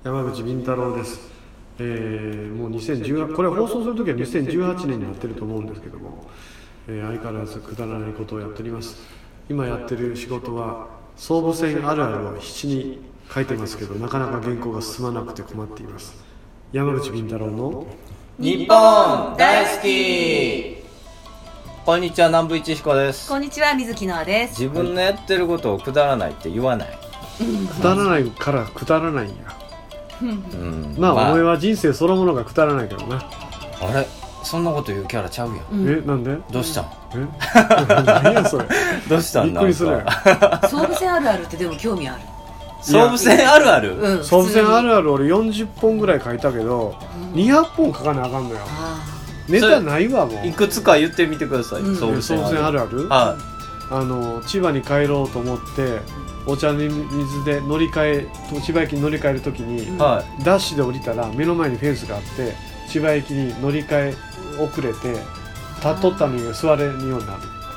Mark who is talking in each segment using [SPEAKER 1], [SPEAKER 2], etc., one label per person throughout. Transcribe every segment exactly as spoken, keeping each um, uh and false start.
[SPEAKER 1] 山口敏太郎です。えー、もうにせんじゅうこれ放送するときはにせんじゅうはちねんになってると思うんですけども、えー、相変わらずくだらないことをやっております。今やってる仕事は総武線あるあるを必死に書いてますけど、なかなか原稿が進まなくて困っています。山口敏太郎の
[SPEAKER 2] 日本大好き。こんにちは、南部一彦です。
[SPEAKER 3] こんにちは、水木のあです。
[SPEAKER 2] 自分のやってることをくだらないって言わない。
[SPEAKER 1] くだらないからくだらないんや。
[SPEAKER 2] うん、
[SPEAKER 1] まあ、まあ、お前は人生そのものがくだらないけどな。
[SPEAKER 2] あれ、そんなこと言うキャラちゃうやん、
[SPEAKER 1] うん、え、なんで
[SPEAKER 2] どうしたん、
[SPEAKER 1] え何やそれ
[SPEAKER 2] どうしたん、
[SPEAKER 1] びっくりするやん。
[SPEAKER 3] 総武線あるあるってでも興味ある。
[SPEAKER 2] 総武線あるある、
[SPEAKER 3] うん、
[SPEAKER 1] 総武線あるある俺よんじゅっぽんぐらい書いたけど、うん、にひゃっぽん書かなあかんのよ。ネタないわ。もう
[SPEAKER 2] いくつか言ってみてください、うん、
[SPEAKER 1] 総武線あるある、はい、あの千葉に帰ろうと思ってお茶に水で乗り換え千葉駅に乗り換えるときに、はい、ダッシュで降りたら目の前にフェンスがあって千葉駅に乗り換え遅れて立っとったのに座れるようになる。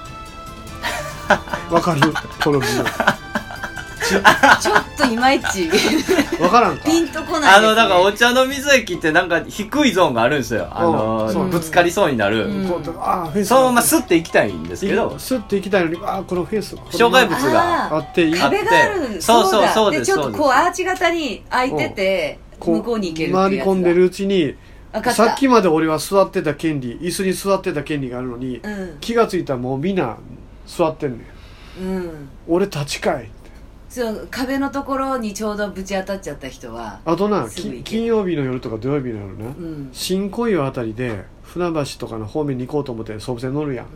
[SPEAKER 1] わかるこの部分
[SPEAKER 3] ちょっといまいち
[SPEAKER 1] わからんか。
[SPEAKER 3] ピンとこないですね。
[SPEAKER 2] あのだからお茶の水駅ってなんか低いゾーンがあるんですよ。あのー、ぶつかりそうになる、うん、あフェンスそのままスッて行きたいんですけど、
[SPEAKER 1] スッて行きたいのに、あこのフェンス
[SPEAKER 2] 障害物が
[SPEAKER 3] あって壁がある。
[SPEAKER 2] そうそうそうです。
[SPEAKER 3] でちょっとこうアーチ型に開いてて向こうに行けるって
[SPEAKER 1] 回り込んでるうちにさっきまで俺は座ってた権利椅子に座ってた権利があるのに、うん、気がついたらもうみんな座ってんねん、うん、俺立ちかい。
[SPEAKER 3] そう壁のところにちょうどぶち当たっちゃった人は
[SPEAKER 1] あとな金曜日の夜とか土曜日の夜な、うん、新小岩あたりで船橋とかの方面に行こうと思って総武線乗るやん、うん、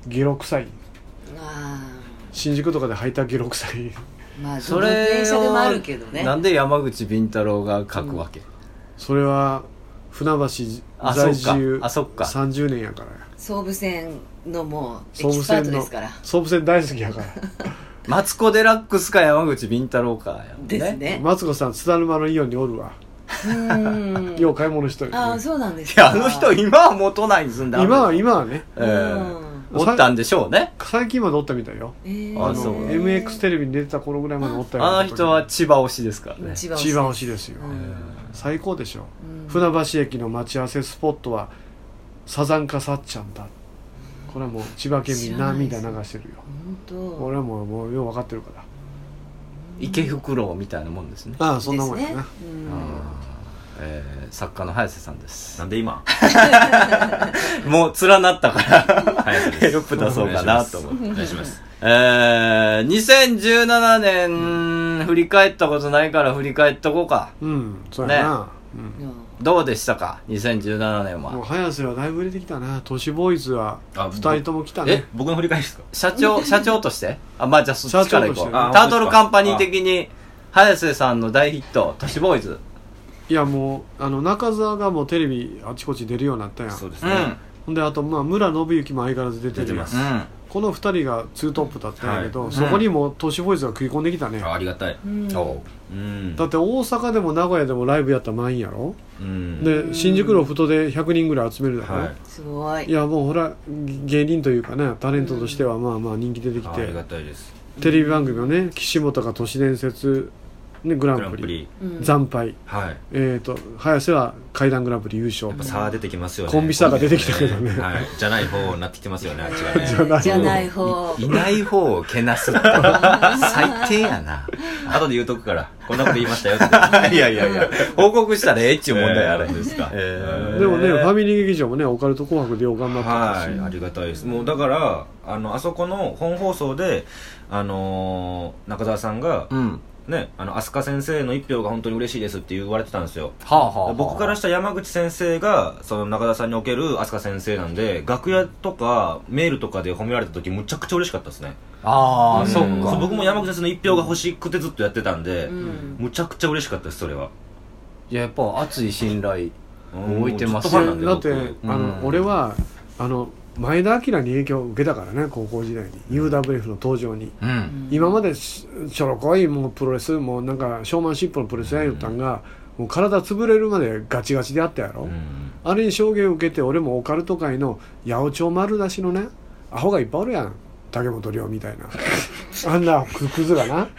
[SPEAKER 1] ゲロ臭い。あ新宿とかで履いたゲロ臭い。
[SPEAKER 3] まあそれ電車でもあるけどね。
[SPEAKER 2] なんで山口敏太郎が書くわけ、うん、
[SPEAKER 1] それは船橋在住さんじゅうねんやからや。
[SPEAKER 3] 総武線のもうエキスパートですから。
[SPEAKER 1] 総武線大好きやから
[SPEAKER 2] マツコデラックスか山口敏太郎かや、ね、
[SPEAKER 3] ですね。
[SPEAKER 1] マツコさん津田沼のイオンにおるわ。うんよう買い物しとる、ね、
[SPEAKER 3] ああそうなんですか。
[SPEAKER 2] いやあの人今はもう都内に住んだ。
[SPEAKER 1] 今は今はね、
[SPEAKER 2] えー、おったんでしょうね。
[SPEAKER 1] 最近までおったみたいよ、えー、あそう エムエックス テレビに出てた頃ぐらいまでおったよ。
[SPEAKER 2] あの人は千葉推しですからね。
[SPEAKER 3] 千葉
[SPEAKER 1] 推しですよ、えー、最高でしょ、うん、船橋駅の待ち合わせスポットはサザンカサッチャンだ。これはもう千葉県民涙流してるよ。俺はもう、もうよう分かってるから。
[SPEAKER 2] 池袋みたいなもんですね。
[SPEAKER 1] ああそんなもんやな、ね、
[SPEAKER 2] えー、作家の早瀬さんです。
[SPEAKER 4] なんで今
[SPEAKER 2] もう連なったからヘルプ出そうかなと思って。
[SPEAKER 4] お願いします。
[SPEAKER 2] えー、にせんじゅうななねん振り返ったことないから振り返っとこうか。
[SPEAKER 1] うんそうやな、ね
[SPEAKER 2] うん、どうでしたかにせんじゅうななねんは。
[SPEAKER 1] もう早瀬はだいぶ入れてきたな。都市ボーイズはふたりとも来たね。
[SPEAKER 4] え僕の振り返りですか。
[SPEAKER 2] 社長社長としてあまあじゃあそっちからいこう。タートルカンパニー的に早瀬さんの大ヒット都市ボーイズ。
[SPEAKER 1] いやもうあの中澤がもうテレビあちこち出るようになったやん。
[SPEAKER 4] そうですね、
[SPEAKER 1] うん、ほんであとまあ村信之も相変わらず出てるやん。
[SPEAKER 4] 出てます、うん、
[SPEAKER 1] このふたりがツートップだったんやけど、
[SPEAKER 4] はい、
[SPEAKER 1] そこにも都市ボーイズが食い込んできたね。
[SPEAKER 4] あ, ありがたい、うん、
[SPEAKER 1] うん、だって大阪でも名古屋でもライブやったら満員やろ、うん、で新宿ロフトでひゃくにんぐらい集めるだろ、はい、
[SPEAKER 3] すごい。
[SPEAKER 1] いやもうほら芸人というかねタレントとしてはまあまあ人気出てきて、
[SPEAKER 4] ありがたいです。
[SPEAKER 1] テレビ番組のね岸本が都市伝説ね、グランプリ、うん、惨敗、はい、えーと早瀬は怪談グランプリ優勝。
[SPEAKER 4] やっぱ差が出てきますよね。
[SPEAKER 1] コンビ差が出てきたけどね、
[SPEAKER 4] はい、じゃない方になってきてますよね。あっちがね
[SPEAKER 3] じゃない方
[SPEAKER 2] い, いない方をけなすって最低やな。
[SPEAKER 4] 後で言うとくからこんなこと言いましたよっていやいやいや
[SPEAKER 2] 報告したらええっちゅう問題あるん
[SPEAKER 4] ですか、
[SPEAKER 1] えー、でもねファミリー劇場もねオカルト紅白でよう頑張ったし、
[SPEAKER 4] はい、ありがたいです。もうだからあのあそこの本放送であのー、中澤さんが、うんね、あの飛鳥先生の一票が本当に嬉しいですって言われてたんですよ、はあはあはあ、僕からしたら山口先生がその中田さんにおける飛鳥先生なんで楽屋とかメールとかで褒められた時むちゃくちゃ嬉しかったですね。
[SPEAKER 2] ああ、うん、そっか。
[SPEAKER 4] 僕も山口先生の一票が欲しくてずっとやってたんで、うん、むちゃくちゃ嬉しかったです。それは。
[SPEAKER 2] いややっぱ熱い信頼を置いてますよ。
[SPEAKER 1] だってあの、うん、俺はあの前田明に影響を受けたからね高校時代に ユーダブリューエフ の登場に、うん、今までちょろこいもうプロレスもうなんかショーマンシップのプロレスや言ったんが、もう体潰れるまでガチガチであったやろ、うん、あれに衝撃を受けて俺もオカルト界の八百長丸出しのねアホがいっぱいおるやん、竹本涼みたいなあんなクズがな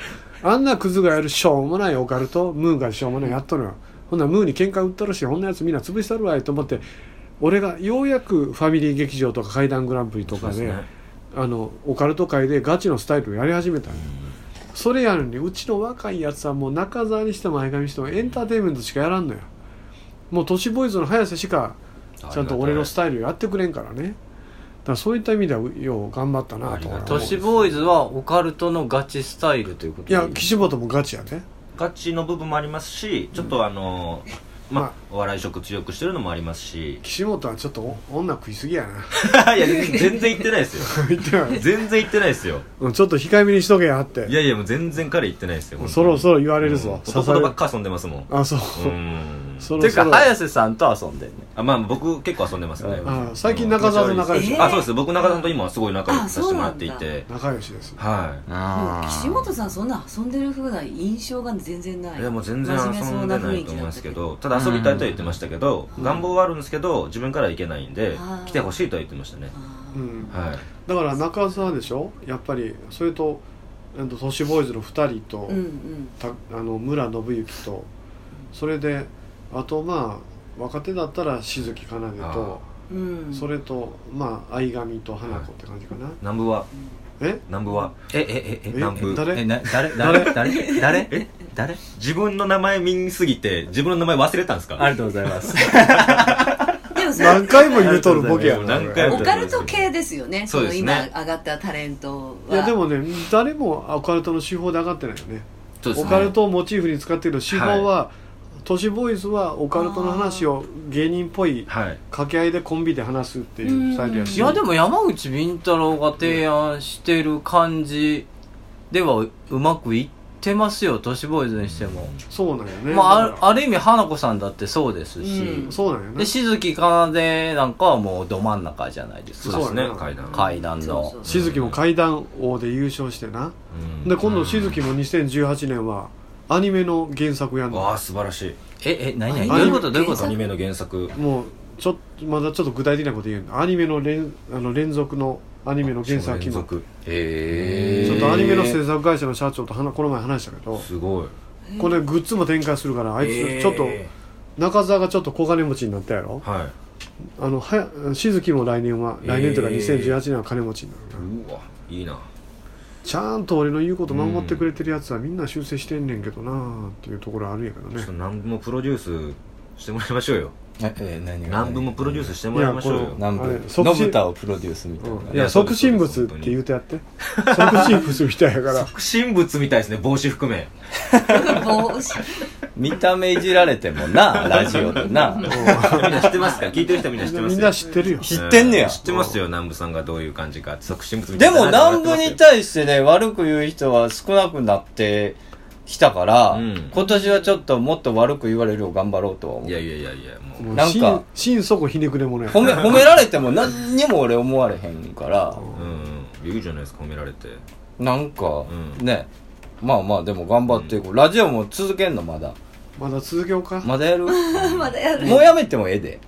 [SPEAKER 1] あんなクズがやるしょうもないオカルト、ムーがしょうもないやっとるよ。ほんならムーに喧嘩売っとるし、ほんなやつみんな潰したるわいと思って、俺がようやくファミリー劇場とか怪談グランプリとか で, で、ね、あのオカルト界でガチのスタイルをやり始めたの、うん、それやのにうちの若いやつはもう中澤にしても前上にしてもエンターテインメントしかやらんのよ。もう都市ボーイズの早瀬しかちゃんと俺のスタイルやってくれんからね。だからそういった意味ではよう頑張ったなと。
[SPEAKER 2] 都市ボーイズはオカルトのガチスタイルということで。
[SPEAKER 1] いや岸本もガチやね。
[SPEAKER 4] ガチの部分もありますし、ちょっとあの、うんまあ、お笑い色強くしてるのもありますし、
[SPEAKER 1] 岸本はちょっと女食いすぎやな。
[SPEAKER 4] いや全然言ってないですよ。言ってない全然言ってないですよ。
[SPEAKER 1] ちょっと控えめにしとけやって。
[SPEAKER 4] いやいやもう全然彼言ってないですよ。
[SPEAKER 1] そろそろ言われるぞ。
[SPEAKER 4] 男とばっか遊んでますもん。
[SPEAKER 1] あそう。
[SPEAKER 4] うん
[SPEAKER 2] そろそろていうか早瀬さんと遊んでんね。
[SPEAKER 4] あまあ僕結構遊んでますね。
[SPEAKER 1] あ最近中澤と仲良し。
[SPEAKER 4] あそうです。僕中澤と今すごい仲良くさせてもらっていて。
[SPEAKER 1] 仲良しです。
[SPEAKER 3] はい。岸本さんそんな遊んでる風な印象が全然ない。
[SPEAKER 4] いやもう全然遊んでないと思いますけど、ただ遊びたいとは言ってましたけど、願望はあるんですけど自分からは行けないんで来てほしいとは言ってましたね。
[SPEAKER 1] うんはい。だから中澤でしょ。やっぱりそれと都市ボーイズのふたりとあの村信之とそれであとまあ若手だったら静木かなでと、うん、それとまあ相上と花子って感じかな。
[SPEAKER 4] 南部は
[SPEAKER 1] え
[SPEAKER 4] 南部は
[SPEAKER 2] ええええ
[SPEAKER 4] 南部
[SPEAKER 2] 誰えな誰誰誰誰え誰
[SPEAKER 4] 自分の名前見すぎて自分の名前忘れたんですか。
[SPEAKER 2] ありがとうございます。
[SPEAKER 1] 何回も言うとるボケやな。
[SPEAKER 3] オカルト系ですよね。そうですね。今上がったタレントは。
[SPEAKER 1] いやでもね誰もオカルトの手法で上がってないよね。オカルトをモチーフに使っている手法は。都市ボーイズはオカルトの話を芸人っぽい掛け合いでコンビで話すっていうスタイルやし、
[SPEAKER 2] いやでも山口敏太郎が提案してる感じではうまくいってますよ。都市ボーイズにしても
[SPEAKER 1] そうなんよね。
[SPEAKER 2] まあ、あ, ある意味花子さんだってそうですし、
[SPEAKER 1] うん、そうなんよね。
[SPEAKER 2] で静木かなでなんかはもうど真ん中じゃないですか。
[SPEAKER 4] そうですね。階段
[SPEAKER 2] 階段の
[SPEAKER 1] 静木も階段王で優勝してな、うん、で今度静木もにせんじゅうはちねんはアニメの原作やんの。
[SPEAKER 4] ああ素晴らしい。
[SPEAKER 2] ええ何何どういうことどういうこと
[SPEAKER 4] アニメの原作。
[SPEAKER 1] もうちょっとまだちょっと具体的なこと言うの。アニメの連あの連続のアニメの原作決まって。
[SPEAKER 2] へえ。
[SPEAKER 1] ちょっとアニメの制作会社の社長とこの前話したけど。
[SPEAKER 4] すごい。
[SPEAKER 1] これグッズも展開するからあいつちょっと中澤がちょっと小金持ちになったやろ。
[SPEAKER 4] はい。
[SPEAKER 1] あのは静木も来年は来年というかにせんじゅうはちねんは金持ちになる。
[SPEAKER 4] うわいいな。
[SPEAKER 1] ちゃんと俺の言うこと守ってくれてるやつはみんな修正してんねんけどなーっていうところあるんやけどね。
[SPEAKER 4] ちょっと南部もプロデュースしてもらいましょうよ。
[SPEAKER 2] ええ何が
[SPEAKER 4] 南部もプロデュースしてもらいましょうよ。
[SPEAKER 2] 南部信太をプロデュースみたいな、うん、
[SPEAKER 1] いや即身仏って言うてやって即身仏みたいやから
[SPEAKER 4] 即身仏みたいですね。帽子含め
[SPEAKER 3] 帽子
[SPEAKER 2] 見た目いじられてもなラジオでなみん
[SPEAKER 4] な知ってますか。聞いてる人みんな知ってますよ。
[SPEAKER 1] みんな知ってるよ。
[SPEAKER 2] 知ってんねや。
[SPEAKER 4] 知ってますよ。南部さんがどういう感じか。即身仏み
[SPEAKER 2] たいな。でも南部に対してね悪く言う人は少なくなってきたから、うん、今年はちょっともっと悪く言われるよう頑張ろうとは思う。
[SPEAKER 4] いやいやいやいやもう
[SPEAKER 2] なんか
[SPEAKER 1] 心底ひねくれもね
[SPEAKER 2] 褒め褒められても何にも俺思われへんから
[SPEAKER 4] うん言うじゃないですか褒められて
[SPEAKER 2] なんか、うん、ねまあまあでも頑張っていこう、うん、ラジオも続けんのまだ
[SPEAKER 1] まだ続けようか。
[SPEAKER 2] まだやる
[SPEAKER 3] まだやる。
[SPEAKER 2] もうやめてもええで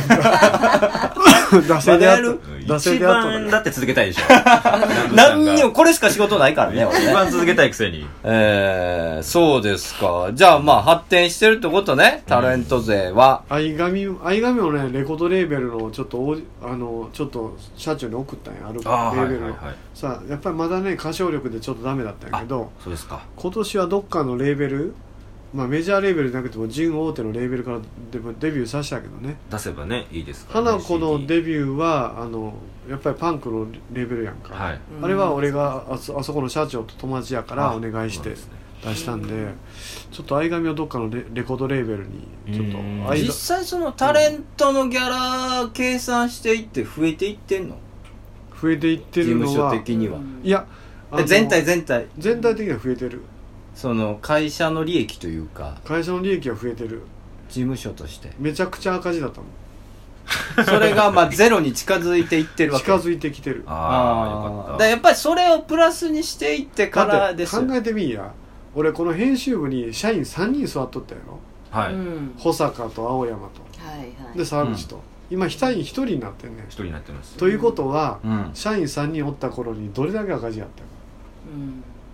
[SPEAKER 1] 惰性でやる。
[SPEAKER 4] 一番だって続けたいでしょ。
[SPEAKER 2] 何にもこれしか仕事ないからね。
[SPEAKER 4] 一番続けたいくせに。
[SPEAKER 2] えー、そうですか。じゃあまあ発展してるってことね。タレント勢は。
[SPEAKER 1] 相上相上をねレコードレーベルのちょっとあのちょっと社長に送ったんやあるレーベルの。さあやっぱりまだね歌唱力でちょっとダメだったんやけど。
[SPEAKER 4] そうですか。
[SPEAKER 1] 今年はどっかのレーベル。まあ、メジャーレーベルじゃなくても準大手のレーベルからデビューさせたけどね
[SPEAKER 4] 出せばねいいですからね。
[SPEAKER 1] 花子のデビューはあのやっぱりパンクのレーベルやんか、はい、あれは俺があ そ, あそこの社長と友達やからお願いして出したんで、うん、ちょっと相上をどっかの レ, レコードレーベルにちょっと
[SPEAKER 2] 実際そのタレントのギャラ計算していって増えていってんの？
[SPEAKER 1] 増えていってるのは
[SPEAKER 2] 事務所的には、
[SPEAKER 1] いや
[SPEAKER 2] 全体全体
[SPEAKER 1] 全体的には増えてる。
[SPEAKER 2] その会社の利益というか
[SPEAKER 1] 会社の利益は増えてる。
[SPEAKER 2] 事務所として
[SPEAKER 1] めちゃくちゃ赤字だったも
[SPEAKER 2] んそれがまあゼロに近づいていってるわけ。
[SPEAKER 1] 近づいてきてる。
[SPEAKER 2] ああよかった。だやっぱりそれをプラスにしていってからですよ。
[SPEAKER 1] 考えてみいや俺この編集部に社員さんにん座っとったやろ。
[SPEAKER 4] はい、
[SPEAKER 1] 保坂と青山と、
[SPEAKER 3] はいはい、
[SPEAKER 1] で沢口と、うん、今社員ひとりになってんねん。
[SPEAKER 4] ひとりになってます
[SPEAKER 1] ということは、
[SPEAKER 2] うん、
[SPEAKER 1] 社員さんにんおった頃にどれだけ赤字やったか、
[SPEAKER 3] うん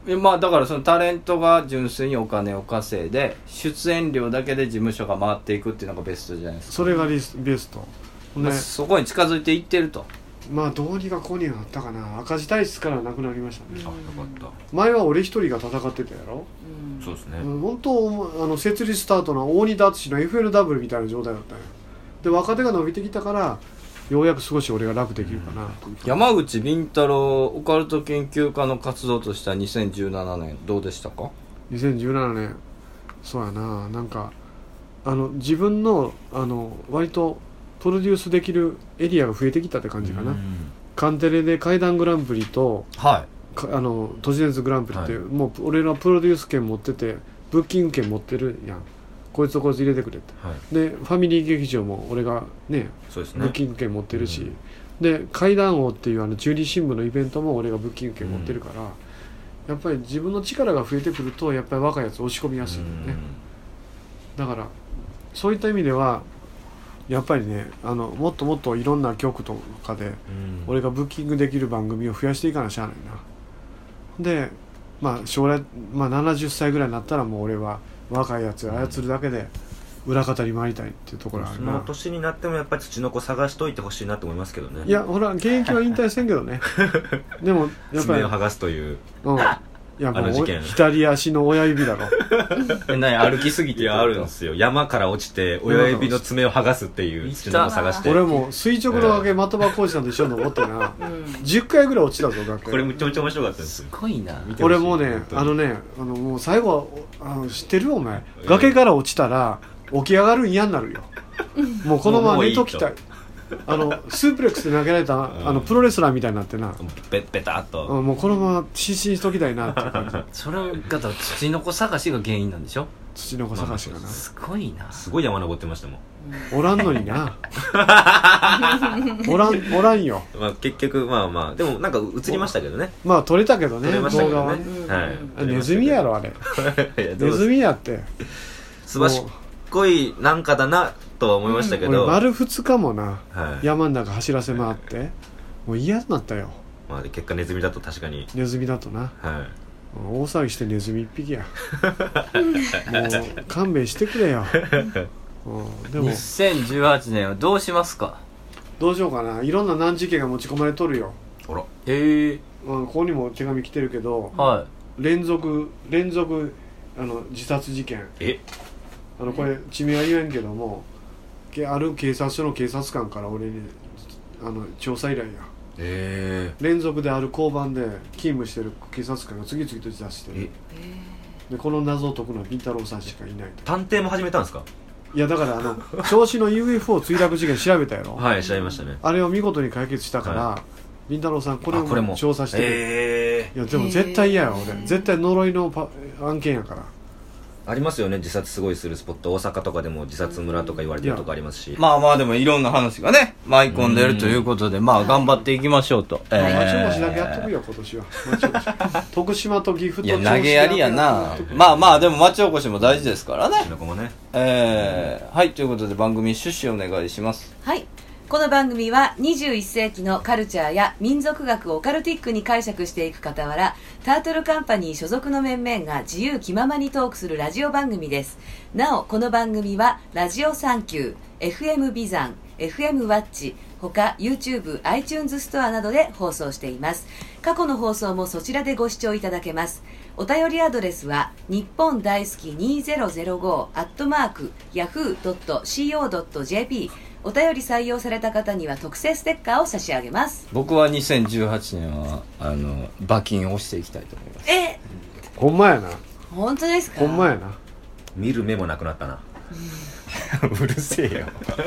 [SPEAKER 2] まあだからそのタレントが純粋にお金を稼いで出演料だけで事務所が回っていくっていうのがベストじゃないですか。
[SPEAKER 1] それがリスベスト、ね、
[SPEAKER 2] まあ、そこに近づいていってると。
[SPEAKER 1] まあどうにかこうにかなったかな。赤字体質からなくなりましたね。
[SPEAKER 4] あ、よかった。
[SPEAKER 1] 前は俺一人が戦ってたやろ、
[SPEAKER 3] うん、
[SPEAKER 4] そうですね、
[SPEAKER 1] うん、本当あの設立スタートの大仁田敦の エフエルダブリュー みたいな状態だったんよ。で若手が伸びてきたからようやく少し俺が楽できるかな、うん、
[SPEAKER 2] 山口敏太郎オカルト研究家の活動としたにせんじゅうななねんどうでしたか？
[SPEAKER 1] にせんじゅうななねん、そうやな、なんかあの自分のあの割とプロデュースできるエリアが増えてきたって感じかな、うん、カンテレで怪談グランプリと、
[SPEAKER 2] はい、
[SPEAKER 1] あの都市伝説グランプリって、はい、もう俺らプロデュース権持っててブッキング権持ってるやん、こいつとこいつ入れてくれって、はい、でファミリー劇場も俺が ね, そうですねブッキング権持ってるし、うん、で怪談王っていうあの中日新聞のイベントも俺がブッキング権持ってるから、うん、やっぱり自分の力が増えてくるとやっぱり若いやつ押し込みやすいんだよね、うん、だからそういった意味ではやっぱりね、あのもっともっといろんな局とかで俺がブッキングできる番組を増やしていかなしゃあないな。でまあ将来、まあ、ななじゅっさいぐらいになったらもう俺は若いやつを操るだけで裏方に回りたいっていうところあるな。
[SPEAKER 4] その年になってもやっぱり土の子探しといてほしいなと思いますけどね。
[SPEAKER 1] いやほら現役は引退せんけどねでもやっぱり
[SPEAKER 4] 爪を剥がすという、
[SPEAKER 1] うん、いやもう左足の親指だろ
[SPEAKER 2] え何歩きすぎて。
[SPEAKER 4] いやあるんですよ、山から落ちて親指の爪を剥がすっていう土の子探して。
[SPEAKER 1] 俺も垂直の崖的場浩司さんと一緒に登ってな、うん、じゅっかいぐらい落ちたぞ学校。
[SPEAKER 4] これむちゃむちゃ面白かったです。
[SPEAKER 2] すごいな。
[SPEAKER 1] 俺もうねあのねあのもう最後あの知ってるお前崖から落ちたら起き上がるん嫌になるよもうこのまま寝ときたいあのスープレックスで投げられた、うん、あのプロレスラーみたいになってな
[SPEAKER 4] ベベタっと、
[SPEAKER 1] うん、もうこのまま失神しときたいなって感じ
[SPEAKER 2] それが土の子探しが原因なんでしょ。
[SPEAKER 1] 土の子探しがな、まあ、
[SPEAKER 2] すごいな。
[SPEAKER 4] すごい山登ってましたも
[SPEAKER 1] ん。おらんのになおらんおらんよ、
[SPEAKER 4] まあ、結局まあまあでもなんか映りましたけどね。
[SPEAKER 1] まあ撮れたけどね、
[SPEAKER 4] 動
[SPEAKER 1] 画はね、はい、ネズミやろあれネズミやって
[SPEAKER 4] すばしっこいなんかだなとは思いましたけど、
[SPEAKER 1] うん、俺丸ふつかもな、はい、山の中走らせ回ってもう嫌になったよ。
[SPEAKER 4] まあ、結果ネズミだと確かに
[SPEAKER 1] ネズミだとな、はい、大騒ぎしてネズミ一匹やもう勘弁してくれよ、
[SPEAKER 2] うん、でもにせんじゅうはちねんはどうしますか。
[SPEAKER 1] どうしようかな。いろんな難事件が持ち込まれとるよ。
[SPEAKER 4] あら
[SPEAKER 2] へえ、
[SPEAKER 1] うん、ここにも手紙来てるけど、
[SPEAKER 2] はい、
[SPEAKER 1] 連続連続あの自殺事件。
[SPEAKER 4] え
[SPEAKER 1] あのこれ地名は言えんけどもある警察署の警察官から俺にあの調査依頼や、
[SPEAKER 4] えー、
[SPEAKER 1] 連続である交番で勤務してる警察官が次々と自殺してる。でこの謎を解くのはビンタロウさんしかいないと。
[SPEAKER 4] 探偵も始めたんですか。
[SPEAKER 1] いやだからあの銚子の ユーエフオー 墜落事件調べたやろ
[SPEAKER 4] はい調べましたね。
[SPEAKER 1] あれを見事に解決したから、はい、ビンタロウさんこれも調査してる。
[SPEAKER 4] え
[SPEAKER 1] ー、いやでも絶対嫌や俺絶対呪いのパ案件やから。
[SPEAKER 4] ありますよね、自殺すごいするスポット。大阪とかでも自殺村とか言われてるとこありますし、
[SPEAKER 2] まあまあでもいろんな話がね舞い込んでるということで、まあ頑張っていきましょうと。
[SPEAKER 1] 町おしだけやっとくよ今年は徳島と岐阜と
[SPEAKER 2] いや投げやりやなまあまあでも町おこしも大事ですからね。
[SPEAKER 4] もね
[SPEAKER 2] えー、はいということで番組趣旨お願いします。
[SPEAKER 3] はい、この番組はにじゅういっせいきのカルチャーや民族学をオカルティックに解釈していく傍らタートルカンパニー所属の面々が自由気ままにトークするラジオ番組です。なおこの番組はラジオサンキュー、エフエム ビザン、エフエム ワッチ他 YouTube、iTunes ストアなどで放送しています。過去の放送もそちらでご視聴いただけます。お便りアドレスは日本大好きにせんごアットマークヤフードットシーオードットジェーピー。お便り採用された方には特製ステッカーを差し上げます。
[SPEAKER 2] 僕はにせんじゅうはちねんはあの馬金をしていきたいと思います。
[SPEAKER 3] え
[SPEAKER 1] ほんまやな。
[SPEAKER 3] 本当ですか。
[SPEAKER 1] ほんまやな。
[SPEAKER 4] 見る目もなくなったな
[SPEAKER 2] うるせえよ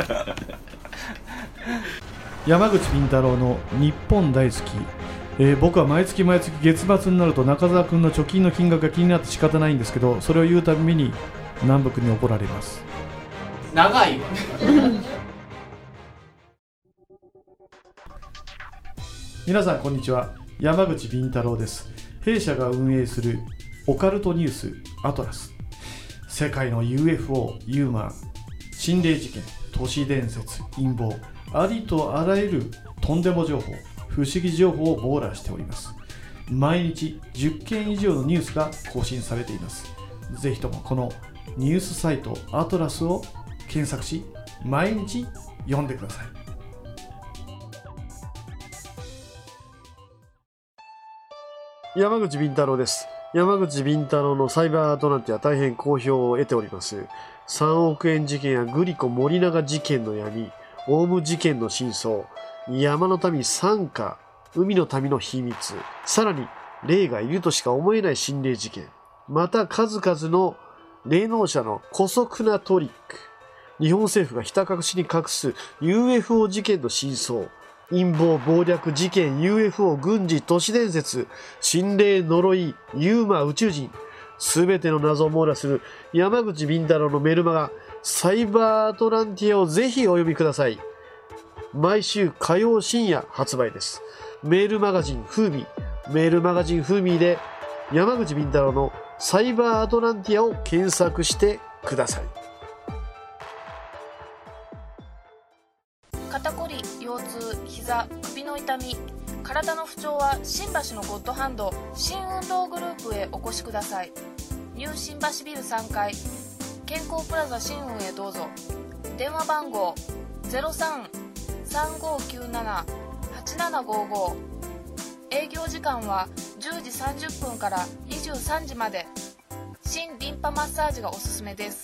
[SPEAKER 1] 山口敏太郎の日本大好き、えー、僕は毎月毎月月末になると中澤君の貯金の金額が気になって仕方ないんですけど、それを言うたびに南北に怒られます。
[SPEAKER 2] 長いわ
[SPEAKER 1] 皆さんこんにちは、山口敏太郎です。弊社が運営するオカルトニュースアトラス、世界の ユーエフオー、ユーマン、心霊事件、都市伝説、陰謀、ありとあらゆるとんでも情報、不思議情報を網羅しております。
[SPEAKER 5] 毎日じゅっけん以上のニュースが更新されています。ぜひともこのニュースサイトアトラスを検索し、毎日読んでください。
[SPEAKER 1] 山口敏太郎です。山口敏太郎のサイバーアトランティア大変好評を得ております。さんおくえん事件やグリコ森永事件の闇、オウム事件の真相、山の民惨禍、海の民の秘密、さらに霊がいるとしか思えない心霊事件、また数々の霊能者の姑息なトリック、日本政府がひた隠しに隠す ユーエフオー 事件の真相、陰謀謀略事件 ユーエフオー 軍事都市伝説、心霊呪いユーマ宇宙人、すべての謎を網羅する山口敏太郎のメルマガサイバーアトランティアをぜひお読みください。毎週火曜深夜発売です。メールマガジンフーミー、メールマガジンフーミーで山口敏太郎のサイバーアトランティアを検索してください。
[SPEAKER 6] 肩こり、腰痛、膝、首の痛み、体の不調は新橋のゴッドハンド新運動グループへお越しください。ニュー新橋ビルさんがい健康プラザ新運へどうぞ。電話番号 ゼロさん さんごきゅうなな はちななごご、営業時間はじゅうじさんじゅっぷんからにじゅうさんじまで。新リンパマッサージがおすすめです。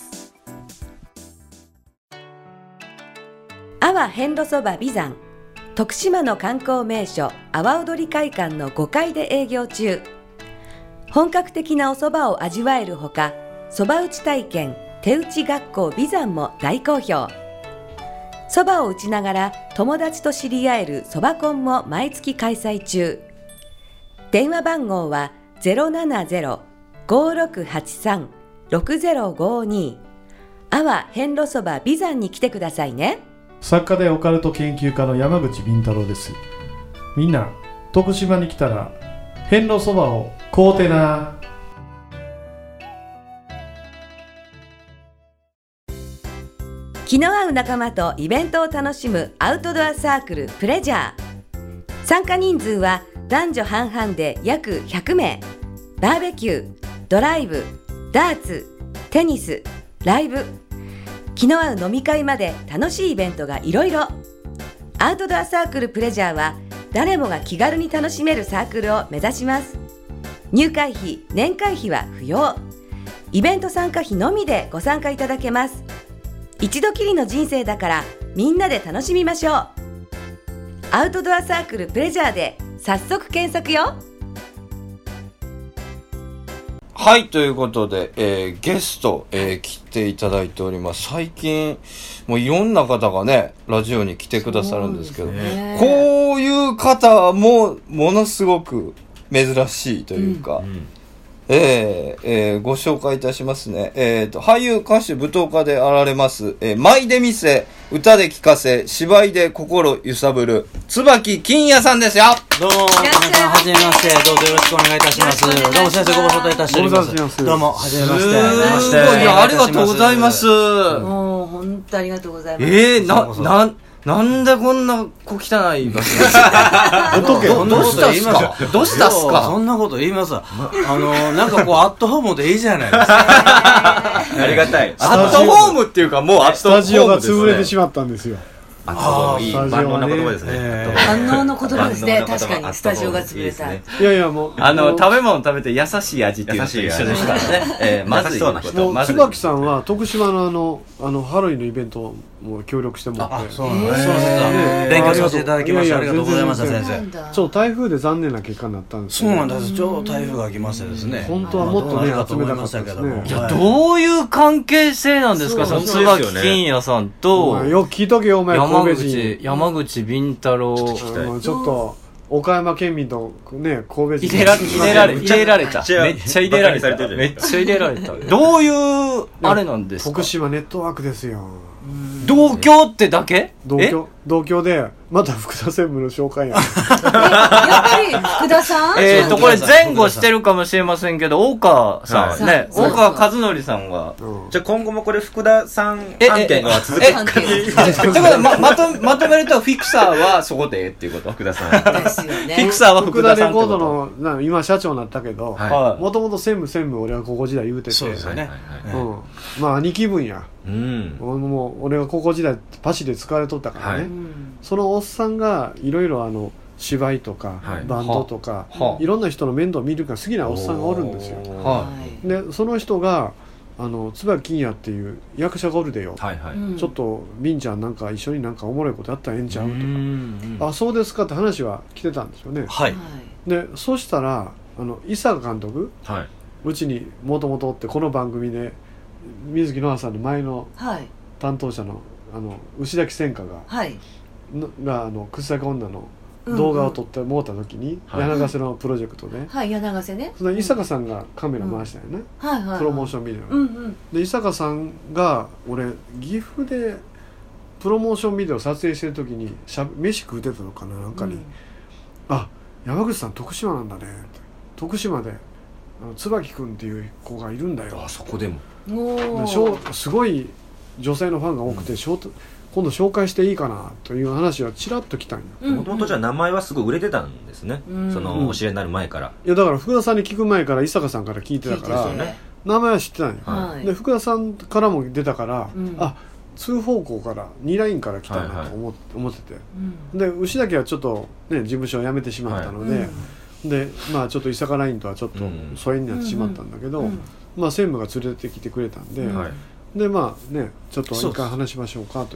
[SPEAKER 3] 阿波遍路そば美山、徳島の観光名所阿波踊り会館のごかいで営業中。本格的なお蕎麦を味わえるほか、蕎麦打ち体験手打ち学校美山も大好評。蕎麦を打ちながら友達と知り合える蕎麦コンも毎月開催中。電話番号は ゼロななゼロ ごろくはちさん ろくゼロごに。阿波遍路そば美山に来てくださいね。
[SPEAKER 5] 作家でオカルト研究家の山口敏太郎です。みんな徳島に来たら遍路そばを買うてな。
[SPEAKER 3] 気の合う仲間とイベントを楽しむアウトドアサークルプレジャー。参加人数は男女半々で約ひゃくめい。バーベキュー、ドライブ、ダーツ、テニス、ライブ、気の合う飲み会まで楽しいイベントがいろいろ。アウトドアサークルプレジャーは誰もが気軽に楽しめるサークルを目指します。入会費、年会費は不要。イベント参加費のみでご参加いただけます。一度きりの人生だからみんなで楽しみましょう。アウトドアサークルプレジャーで早速検索よ。
[SPEAKER 2] はい、ということで、えー、ゲスト、えー、来ていただいております。最近、もういろんな方がね、ラジオに来てくださるんですけど、ね、こういう方もものすごく珍しいというか、うんうん、えーえー、ご紹介いたしますね。えーと、俳優、歌手、舞踏家であられます、えー、舞で見せ、歌で聞かせ、芝居で心揺さぶる、椿金也さんですよ。
[SPEAKER 7] どうも、皆さん、はじめまして。どうぞよろしくお願いいたします。どうも先生、ご無沙汰いたしております。どうも、はじめまして。
[SPEAKER 2] すごい、ありがとうございます。
[SPEAKER 3] もう、本当ありがとうございます。
[SPEAKER 2] えー、な、な、なんでこんな小汚い場所ですか？どうしたっすか？どうしたっすか？
[SPEAKER 7] そんなこと言いますわ。あの、なんかこう、アットホームでいいじゃないですか。あ
[SPEAKER 4] りがたい。
[SPEAKER 2] アットホームっていうか、もうアットホームですね。
[SPEAKER 1] スタジオが潰れてしまったんですよ。
[SPEAKER 4] ああ、いい万能な言葉ですね。
[SPEAKER 3] 万能の言葉ですね。確かにスタジオが潰れた。い
[SPEAKER 1] やいやもう
[SPEAKER 2] あの食べ物食べて優しい味っていうのと一緒ですからね。ええ、まずそうな人。
[SPEAKER 1] もう椿さんは徳島のあのあのハロウィンのイベントも協力してもらって。
[SPEAKER 7] あ、そうなんですね。勉強させていただきました。ありがとうございました先生。
[SPEAKER 1] そう台風で残念な結果になったんです。
[SPEAKER 7] そうなんです。ちょうど台風が来ましてですね。
[SPEAKER 1] 本当はもっとね集めたかったけどね。
[SPEAKER 2] いやどういう関係性なんですかその椿金也さんと。
[SPEAKER 1] よく聞いとけよお前神戸人。
[SPEAKER 2] 山口敏太郎
[SPEAKER 1] ちょっと岡山県民とね神戸人
[SPEAKER 2] 入れら入れられ入れられためっちゃ入れられためっちゃ入れられたどういうあれなんですか？
[SPEAKER 1] 徳島ネットワークですよ。
[SPEAKER 2] 同郷ってだけ？
[SPEAKER 1] 同郷同郷でまた福田専務の紹介ややっ
[SPEAKER 3] ぱり福田さん
[SPEAKER 2] えっとこれ前後してるかもしれませんけど大川さん、はい、ね大川和則さんが、
[SPEAKER 4] うん、じゃあ今後もこれ福田さん案件が続くかっていう
[SPEAKER 2] ということで ま, ま, とまとめるとフィクサーはそこでっていうこと福田さん
[SPEAKER 3] ですよね。
[SPEAKER 2] フィクサーは福田さんってこと
[SPEAKER 1] 福田レコードの今社長になったけどもともと専務専務俺は高校時代言うてて
[SPEAKER 7] そうですよね、
[SPEAKER 1] うん、まあ兄貴分や、
[SPEAKER 4] うん、
[SPEAKER 1] もう俺が高校時代パシで使われとったからね、はい、そのおっさんがいろいろあの芝居とか、はい、バンドとか、はい、いろんな人の面倒を見るから好きなおっさんがおるんですよ、はい、でその人があの椿金也っていう役者がおるでよ、はいはい、ちょっとみんちゃんなんか一緒になんかおもろいことやったらええんちゃうとか、うん、あそうですかって話は来てたんですよね、はい、でそしたらあの伊坂監督、はい、うちにもともとおってこの番組で水木のあさんの前の担当者の、あの牛崎千佳が、はい、があの口先女の動画を撮ってもうた時に、うんうん、柳ヶ瀬のプロジェクトで、はい、
[SPEAKER 3] はい、柳ヶ瀬ね、
[SPEAKER 1] その伊坂さんがカメラ回したよね、うんはいはいはい、プロモーションビデオ、うんうん、で伊坂さんが俺岐阜でプロモーションビデオ撮影してる時にしゃ飯食うてたのかななんかに、うん、あ山口さん徳島なんだねって徳島であの椿くんっていう子がいるんだよ、
[SPEAKER 4] あそこでも
[SPEAKER 1] ですごい女性のファンが多くて、うん、今度紹介していいかなという話はちらっと来たんよ。
[SPEAKER 4] もともとじゃあ名前はすごい売れてたんですね、うん、そのお知り合いになる前から、
[SPEAKER 1] いやだから福田さんに聞く前から伊坂さんから聞いてたから、ね、名前は知ってたんよ、はい、で福田さんからも出たから、うん、あ通方向からにラインから来たなと思って、はいはい、思ってて、うん、で牛だけはちょっとね事務所を辞めてしまったので、はい、でまあちょっと伊坂ラインとはちょっと疎遠になってしまったんだけど、うんうん、まあ専務が連れてきてくれたんで、うんはい、でまあねちょっと一回話しましょうかという、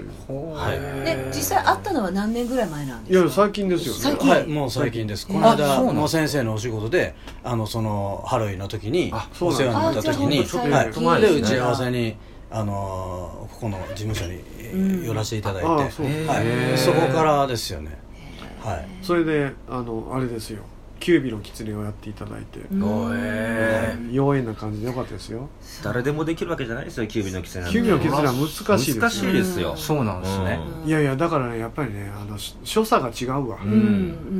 [SPEAKER 3] はい、で実際会ったのは何年ぐらい前なんですか？
[SPEAKER 1] いや最近ですよね。
[SPEAKER 7] 最近、はい、もう最近です。この間もう先生のお仕事であのそのハロウィンの時にお世話になった時に、はい、で打ち合わせにあのここの事務所に寄らせていただいて、うんはい、そこからですよね、はい、
[SPEAKER 1] それであのあれですよキュービの狐をやっていただいて、妖艶な感じでよかったですよ。
[SPEAKER 4] 誰でもできるわけじゃないですよキュービの狐なんて。
[SPEAKER 1] キュービの狐は難しいですよ。
[SPEAKER 4] 難しいですよ。
[SPEAKER 2] そうなんですね。
[SPEAKER 1] いやいやだからねやっぱりねあの所作が違うわ、うん、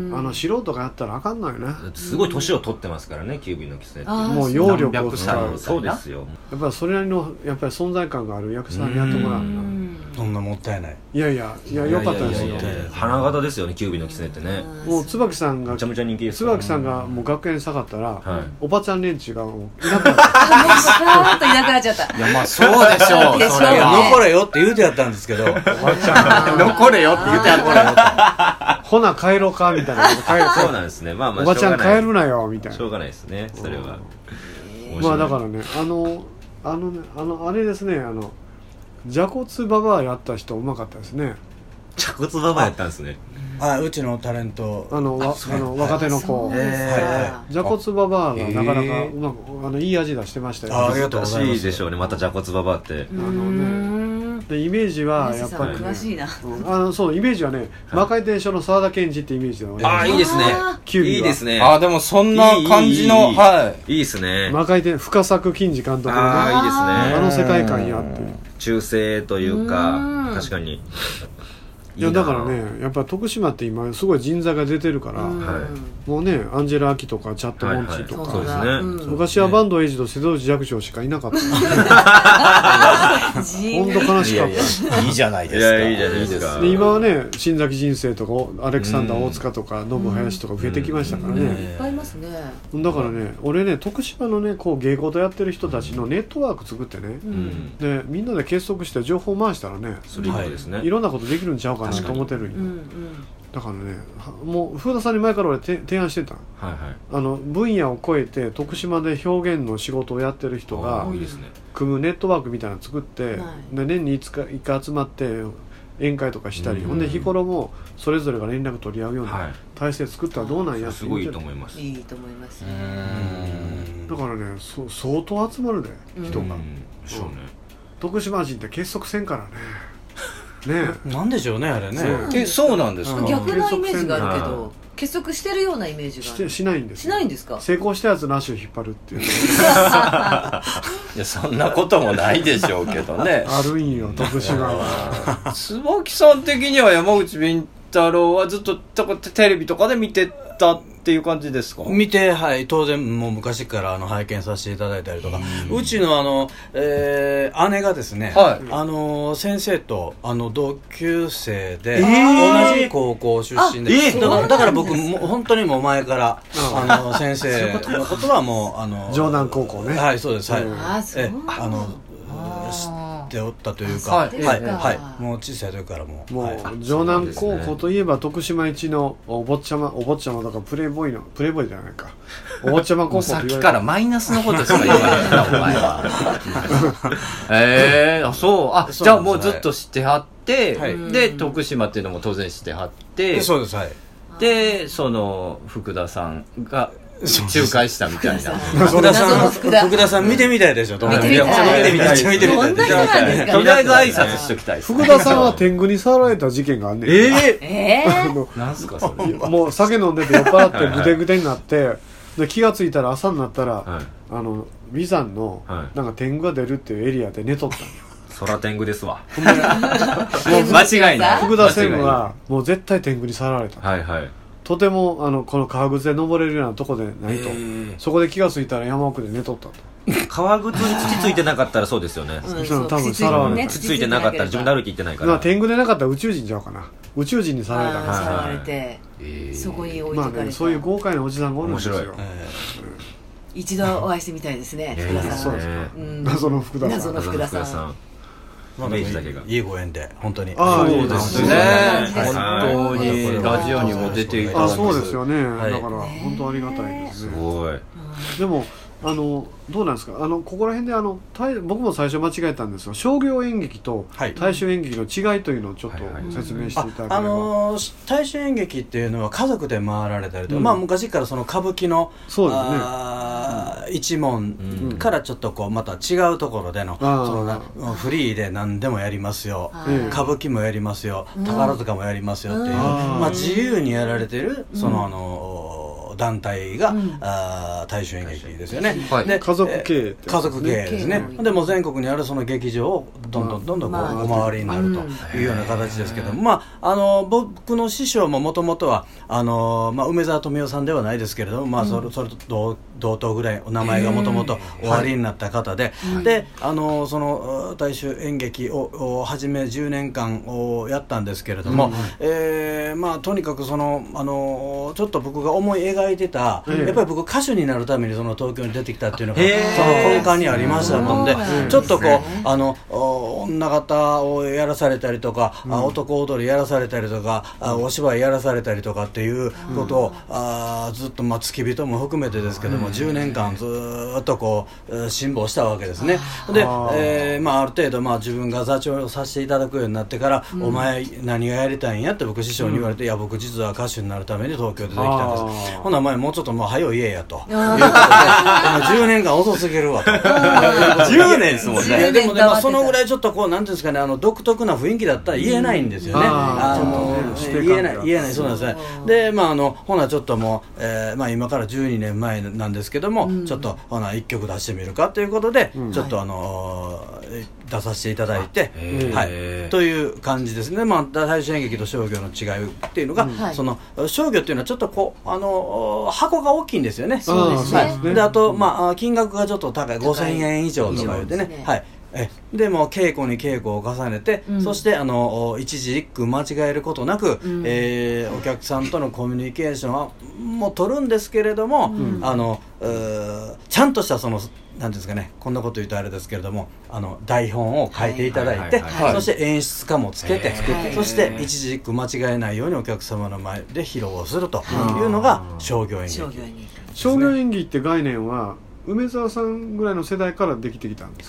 [SPEAKER 1] あの素人がやったらあかんのよね。
[SPEAKER 4] すごい年を取ってますからねキュービの狐って
[SPEAKER 1] もう揚力を使う。
[SPEAKER 4] そうですよ。
[SPEAKER 1] やっぱりそれなりのやっぱり存在感がある役者にやってもらうな。
[SPEAKER 7] そんなもったいない。
[SPEAKER 1] いやいやいや良かったですよ。
[SPEAKER 4] 花形ですよねキュービの狐ってね。
[SPEAKER 1] もう椿さんが
[SPEAKER 4] めちゃめちゃ人気です。
[SPEAKER 1] 椿さんがもう学園下がったら、はい、おばちゃん連中がもういなくなっ
[SPEAKER 3] ちゃったスカーッといなくなっちゃった。
[SPEAKER 7] いやまあそうでしょう。それは残れよって言うてやったんですけどおばちゃん残れよって言うてやった
[SPEAKER 1] ほな帰ろうかみたいな帰る
[SPEAKER 4] そうなんですね。まあまあ
[SPEAKER 1] おばちゃん帰るなよみたいな
[SPEAKER 4] しょうがないですねそれは。
[SPEAKER 1] まあだからねあのあのねあのあれですねあの蛇骨ババアやった人うまかったですね。
[SPEAKER 4] 蛇骨ババアやったんですね。
[SPEAKER 7] あうちのタレント
[SPEAKER 1] あのわあの若手の子蛇骨ババアがなかなかうまくあのいい味出してましたよ。
[SPEAKER 7] ありがとうございます。
[SPEAKER 4] 難しいでしょうねまた蛇骨ババアって。
[SPEAKER 1] あのねでイメージはやっぱり、ね、
[SPEAKER 3] 詳しいな、
[SPEAKER 1] うん、あのそうイメージはね、はい、魔界転生の沢田研二ってイメージだよね。
[SPEAKER 4] ああいいですね
[SPEAKER 1] キュービ
[SPEAKER 4] いいですね。
[SPEAKER 2] あでもそんな感じの
[SPEAKER 4] いいいいはいいいですね。
[SPEAKER 1] 魔界転深作金次監督の、ね、
[SPEAKER 4] ああいいですね
[SPEAKER 1] あの世界観やって
[SPEAKER 4] 中世というか確かに
[SPEAKER 1] いやだからねやっぱ徳島って今すごい人材が出てるから、うん、もうねアンジェラ・アキとかチャット・モンチとか、はいはい、そうですね、うん、昔は坂東英二と瀬戸内寂聴しかいなかった本当悲しかった。いやい
[SPEAKER 7] やいいじゃないですか。
[SPEAKER 4] いやいいじゃないですか。
[SPEAKER 1] で今はね新崎人生とかアレクサンダー大塚とかノブ林とか増えてきましたからね、うんうん、
[SPEAKER 3] いっぱいいますね。
[SPEAKER 1] だからね俺ね徳島のねこう芸事やってる人たちのネットワーク作ってね、うん、でみんなで結束して情報回したらね、
[SPEAKER 4] それいいことですね。
[SPEAKER 1] いろんなことできるんちゃうかなと思ってるんよ、うんうん、だからねもう風田さんに前から俺提案してた、はいはい、あの分野を超えて徳島で表現の仕事をやってる人が組むネットワークみたいなの作って、はい、で年にいつかいっかい集まって宴会とかしたり、うん、ほんで日頃もそれぞれが連絡取り合うような体制作ったらどうなんやって、
[SPEAKER 4] すごいいいと思います。
[SPEAKER 3] いいと思います。
[SPEAKER 1] だからねそ相当集まるで人が、うんそうね、徳島人って結束せんからねね
[SPEAKER 7] なんでしょうねあれね。
[SPEAKER 2] そう、そうなんですか。
[SPEAKER 3] 逆なイメージがあるけど、 結束してるようなイメージが
[SPEAKER 1] してしないんです
[SPEAKER 3] しないんですか。
[SPEAKER 1] 成功したやつの足を引っ張るっていうい
[SPEAKER 2] やそんなこともないでしょうけどね
[SPEAKER 1] あるんよ徳島は
[SPEAKER 2] 椿さん的には山口敏太郎はずっとテレビとかで見てたっていう感じですか。
[SPEAKER 7] 見て、はい、当然もう昔からあの拝見させていただいたりとか、うちのあの、えー、姉がですね、はい、あの先生とあの同級生で、えー、同じ高校出身で、えー、だからだから僕も本当にもう前からあの先生のことはもうあの
[SPEAKER 1] 城南高校ね、
[SPEAKER 7] はいそうです、はい、
[SPEAKER 3] あそう
[SPEAKER 7] えあの知っておったというか、はいはいはい、もう小さい時からもう、
[SPEAKER 1] もう、
[SPEAKER 7] はい、
[SPEAKER 1] 城南高校といえば徳島一のお坊ちゃまお坊ちゃまとかプレイボーイのプレイボーイじゃないかお坊ちゃま高校と言われ
[SPEAKER 2] さっきからマイナスのことしか言わないなお前はえー、あそうあじゃあもうずっと知ってはって、はい、で徳島っていうのも当然知ってはって
[SPEAKER 7] そうです、はい、
[SPEAKER 2] でその福田さんが仲介したみたいな
[SPEAKER 7] 福田さん福田さん見てみたいでしょ。
[SPEAKER 3] 見てみたい
[SPEAKER 7] 見てみたい見てみたい
[SPEAKER 3] どんな人なんですか。
[SPEAKER 2] とりあえず挨拶しときたい。
[SPEAKER 1] 福田さんは天狗に触られた事件があんねん。
[SPEAKER 2] え
[SPEAKER 3] ー、えー、
[SPEAKER 2] なんすかそれ。
[SPEAKER 1] もう酒飲んでて酔っ払ってぐてぐてになってで気がついたら朝になったら、はい、あの眉山の、はい、なんか天狗が出るっていうエリアで寝とったんよ。
[SPEAKER 4] 空天狗ですわ。
[SPEAKER 2] もう間違いない。
[SPEAKER 1] 福田専務はもう絶対天狗に触られた。
[SPEAKER 4] はいはい。
[SPEAKER 1] とてもあのこの革靴で登れるようなとこでないと、そこで気がついたら山奥で寝とったと。
[SPEAKER 4] 革靴に土ついてなかったらそうですよね。
[SPEAKER 1] うん、そう多分さらわれた。
[SPEAKER 4] 土ついてなかったら自分で歩き行ってないから。
[SPEAKER 1] まあ天狗でなかったら宇宙人ちゃうかな。宇宙人にさられたから。
[SPEAKER 3] さらわれて、えー、そこに置いてかれた。まあね、
[SPEAKER 1] そういう豪快なおじさんがおるんですよ。面白い。
[SPEAKER 3] えー、一度お会いしてみたいですね。福田さん。
[SPEAKER 1] 謎の福田さん。
[SPEAKER 3] 謎の福田さん。
[SPEAKER 7] まあ、いいご縁で本当に
[SPEAKER 1] ああ
[SPEAKER 2] そうですね本当にラジオにも出ていただ
[SPEAKER 1] あそうですよね、はい、だから本当ありがたいですね。
[SPEAKER 4] すごい。
[SPEAKER 1] でもあのどうなんですかあのここら辺であの僕も最初間違えたんですが商業演劇と大衆演劇の違いというのをちょっと説明していただければ。
[SPEAKER 7] あ、あのー、大衆演劇っていうのは家族で回られたりとか、うん、まあ昔からその歌舞伎の
[SPEAKER 1] そうですね
[SPEAKER 7] 一門からちょっとこうまた違うところでの、うん、そのフリーで何でもやりますよ、歌舞伎もやりますよ、宝塚もやりますよっていう、まあ、自由にやられてるそのあの団体が、うん、あ大衆演劇ですよね、
[SPEAKER 1] はい、で家族経営、
[SPEAKER 7] えー、家族経営ですね。でも全国にあるその劇場をどんどんどんどんこうお回りになるというような形ですけども、まあ、あの僕の師匠ももともとはあの、まあ、梅沢富美男さんではないですけれども、まあ、それ、それと同同等ぐらいお名前がもともとおありになった方で、はい、であのその大衆演劇を始めじゅうねんかんをやったんですけれども、うんえーまあ、とにかくそのあのちょっと僕が思い描いてた、うん、やっぱり僕歌手になるためにその東京に出てきたっていうのがその根幹にありましたもんで、ちょっとこうあの女方をやらされたりとか、うん、男踊りやらされたりとか、うん、お芝居やらされたりとかっていうことを、うん、あずっと、まあ、付き人も含めてですけども、うん、じゅうねんかんずっとこう辛抱したわけですね。で、あ,、えーまあ、ある程度、まあ、自分が座長をさせていただくようになってから、うん、お前何がやりたいんやって僕師匠に言われて、うん、いや僕実は歌手になるために東京でできたんです。ほなお前もうちょっともう早い言えやということでじゅうねんかん遅すぎるわと
[SPEAKER 2] じゅうねんですもんね。
[SPEAKER 7] でも、ねまあ、そのぐらいちょっとこうなんていうんですかね、あの独特な雰囲気だったら言えないんですよね。あの言えない言えないそうなんですね。でまああのほなちょっともう、えーまあ、今からじゅうにねんまえなんですけども、うん、ちょっとほないっきょく出してみるかということで、うん、ちょっとあのー、出させていただいて、はい、という感じですね。まあ大衆演劇と商業の違いっていうのが、うん、その商業っていうのはちょっとこうあの箱が大きいんですよね。
[SPEAKER 3] そうですね。
[SPEAKER 7] はい、であとまあ金額がちょっと高いごせんえん以上とか言ってね、はい。えでも稽古に稽古を重ねて、うん、そしてあの一字一句間違えることなく、うんえー、お客さんとのコミュニケーションはもう取るんですけれども、うん、あのちゃんとしたそのなんていうんですかね、こんなこと言うとあれですけれども、あの台本を書いていただいて、そして演出家もつけて、はい、そして一字一句間違えないようにお客様の前で披露をするというのが商業演劇。
[SPEAKER 1] 商業演劇って概念は梅沢さんぐらいの世代からできてきたんですか？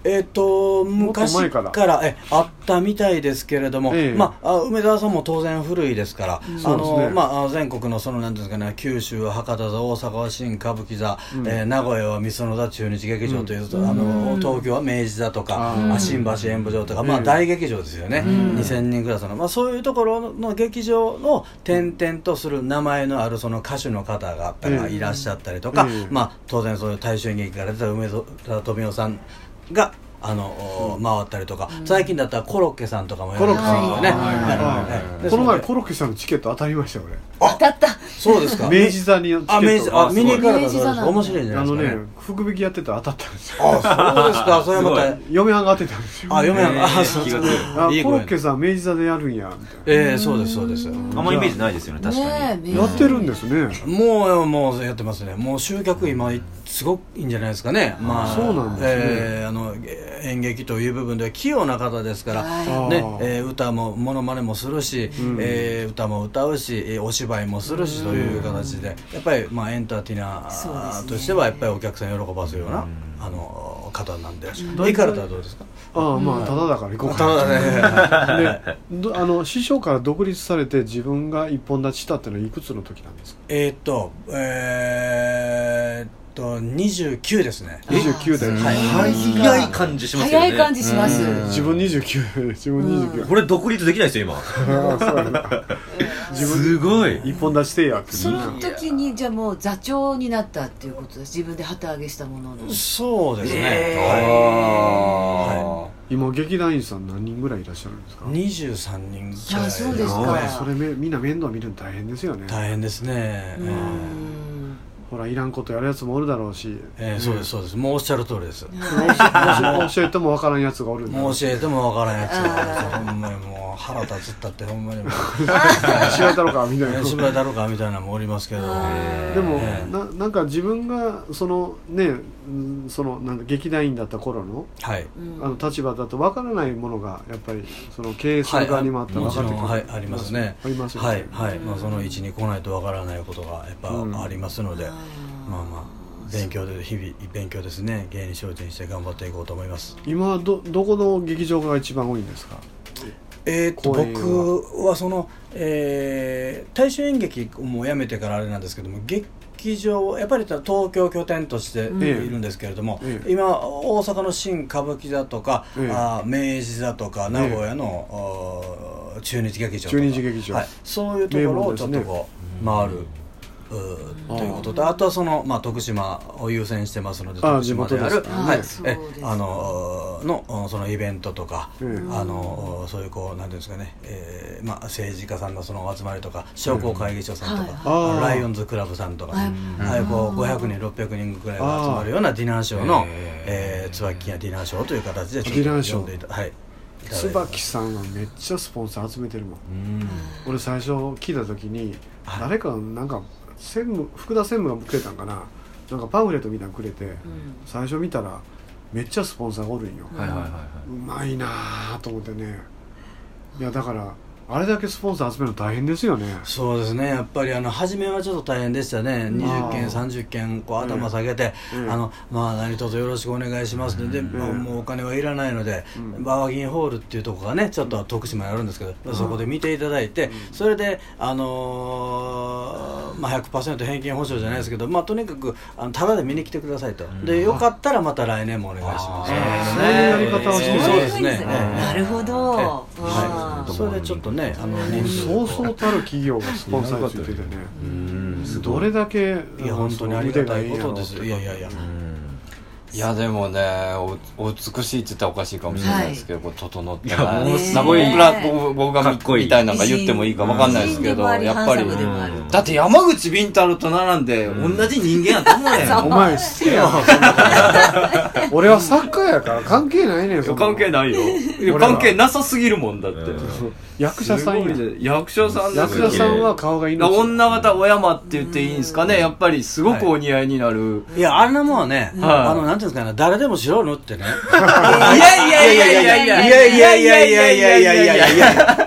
[SPEAKER 7] えー、と昔から、えあったみたいですけれども、ええ、まあ、梅沢さんも当然古いですから、うん、あの、ね、まあ、全国のそのなんていうんですかね、九州は博多座、大阪は新歌舞伎座、うん、えー、名古屋は御園座中日劇場という、うん、あの東京は明治座とか、うん、新橋演舞場とか、まあ、大劇場ですよね、うん、にせんにんクラスの、まあ、そういうところの劇場の転々とする名前のあるその歌手の方がいらっしゃったりとか、ええ、まあ、当然そういう大衆演劇から出た梅沢富美男さんがあの、うん、回ったりとか、うん、最近だったらコロッケさんとかもやるんですよね。
[SPEAKER 1] この前コロッケさんのチケット当たりましたよ俺。
[SPEAKER 3] 当たった。
[SPEAKER 7] そうですか。
[SPEAKER 1] 明治座にチケット。
[SPEAKER 7] あ、明治座、あ、見に行かれたら面白いんじゃないですか、ね。あのね、
[SPEAKER 1] 福引きやってたら当たったんですよ。
[SPEAKER 7] あ、そうですか。それはまた
[SPEAKER 1] 嫁はんが当てたんですよ。
[SPEAKER 7] あ、嫁はんが、あ、そうです
[SPEAKER 1] か。コロッケさん明治座でやるんやみたいな。
[SPEAKER 7] ええ、そうですそうです。
[SPEAKER 4] あんまイメージないですよね、確かに。
[SPEAKER 1] やってるんですね。
[SPEAKER 7] もうもうやってますね。もう集客今すごくいいんじゃないですかね。まあ、
[SPEAKER 1] そうなんですね。
[SPEAKER 7] えー、あの演劇という部分では器用な方ですから、ね、えー、歌もモノマネもするし、うん、えー、歌も歌うし、お芝居もするしという形で、やっぱりまあエンターテイナーとしてはやっぱりお客さん喜ばせるような、うん、あの方なんで、行かれたらどうですか？
[SPEAKER 1] ああ、まあただだから行こうかな。ただね。で、あの師匠から独立されて自分が一本立ちしたっていうのはいくつの時なんですか？
[SPEAKER 7] えー、っと、えー、とにじゅうきゅうですね。
[SPEAKER 1] にじゅうきゅうで、はい、
[SPEAKER 4] 早い感じしますよね。
[SPEAKER 3] 早い感じします。
[SPEAKER 1] 自分にじゅうきゅう、自分にじゅうきゅう。
[SPEAKER 4] これ独立できないですよ今。すごい。
[SPEAKER 1] 一本出してやって。
[SPEAKER 3] その時にじゃあもう座長になったっていうことです。自分で旗揚げしたものの。
[SPEAKER 7] そうですね。
[SPEAKER 1] はい。今劇団員さん何人ぐらいいらっしゃるんですか？
[SPEAKER 7] にじゅうさんにんぐらい。
[SPEAKER 3] あ、そうですか。
[SPEAKER 1] それみんな面倒見るの大変ですよね。
[SPEAKER 7] 大変ですね。
[SPEAKER 1] ほらいらんことやるやつもおるだろうし、
[SPEAKER 7] えー、そうですそうです、もうおっしゃる通りです。
[SPEAKER 1] 教えてもわからんやつがおるんだ。
[SPEAKER 7] もう教えてもわからんやつがおる。ほんまにもう腹立つったってほんまにもう
[SPEAKER 1] 芝居だろうかみたいな
[SPEAKER 7] 芝居だろうかみたいなのもおりますけど、
[SPEAKER 1] でも、えー、な, なんか自分がそのねそのなんか劇団員だった頃の、はい、あの立場だとわからないものがやっぱりその経営する側にもあったら分かってくる、
[SPEAKER 7] はい、ありますね。
[SPEAKER 1] ありますよね。
[SPEAKER 7] はいはい、まあ、その位置に来ないとわからないことがやっぱありますので、うん、まあまあ勉強で日々勉強ですね。芸に精進して頑張っていこうと思います。
[SPEAKER 1] 今は ど, どこの劇場が一番多いんですか？
[SPEAKER 7] えー、と僕はその、えー、大衆演劇もやめてからあれなんですけども、劇場やっぱり東京拠点としているんですけれども、ええ、今大阪の新歌舞伎座とか、ええ、あ明治座とか名古屋の、ええ、中日劇場とか、
[SPEAKER 1] 中日劇場、
[SPEAKER 7] はい、そういうところをちょっとこう、ね、回るということと、あとはその、まあ、徳島を優先してますので、徳島である、はい、えあののそのイベントとか、うん、あのそういうこうなんていうんですかね、えーまあ、政治家さんのその集まりとか商工会議所さんとか、うん、ライオンズクラブさんとか、ね、うん、ああいうこうごひゃくにんろっぴゃくにんぐらいが集まるようなディナーショーの、えー、椿屋ディナーショーという形でちょっと呼んでいた、はい、
[SPEAKER 1] 椿さんはめっちゃスポンサー集めてるもん、うん、俺最初聞いた時に、はい、誰かなんか専務福田専務がくれたんかな、なんかパンフレットみたいなのくれて、うん、最初見たらめっちゃスポンサーがおるんよ、はいはいはいはい、うまいなと思ってね。いやだからあれだけスポンサー集めるの大変ですよね。
[SPEAKER 7] そうですね、やっぱりあの初めはちょっと大変でしたね。にじゅっけんさんじゅっけんこう頭下げて、うん、あのまあ何卒よろしくお願いしますで、うん、で、まあ、もうお金はいらないので、うん、バーギンホールっていうところがねちょっと徳島にあるんですけど、うん、そこで見ていただいて、うん、それであのー、まあ ひゃくパーセント 返金保証じゃないですけど、まあとにかくあのタダで見に来てくださいと、うん、でよかったらまた来年もお願いします。
[SPEAKER 1] そういうやり方をして
[SPEAKER 7] そうですね。
[SPEAKER 3] なるほど。
[SPEAKER 7] はい。それでちょっとね、あの
[SPEAKER 1] そうそうたる企業がスポンサーついててね、うん、どれだけ
[SPEAKER 7] いや本当にありがたいことです。いやいやいや、
[SPEAKER 2] いやでもね お, お美しいって言ったらおかしいかもしれないですけど、はい、整ってね、名古屋ブラ僕がみたいなのが言ってもいいか分かんないですけど、やっぱりだって山口敏太郎と並んで同じ人間やと思うねん。
[SPEAKER 1] お前失礼や俺は作家やから関係ないねん。
[SPEAKER 2] 関係ないよ。関係なさすぎるもんだって。
[SPEAKER 1] 役者さんや。
[SPEAKER 2] 役者さん
[SPEAKER 1] 役者さんは顔がいいの。
[SPEAKER 2] 女型お山って言っていいんですかね。やっぱりすごくお似合いになる。
[SPEAKER 7] いやあんなもんはね、あのなんていうんですかね、誰でも白塗ってね。
[SPEAKER 2] いやいやいやいやいやいやいやいやいやいやいやいやいやいや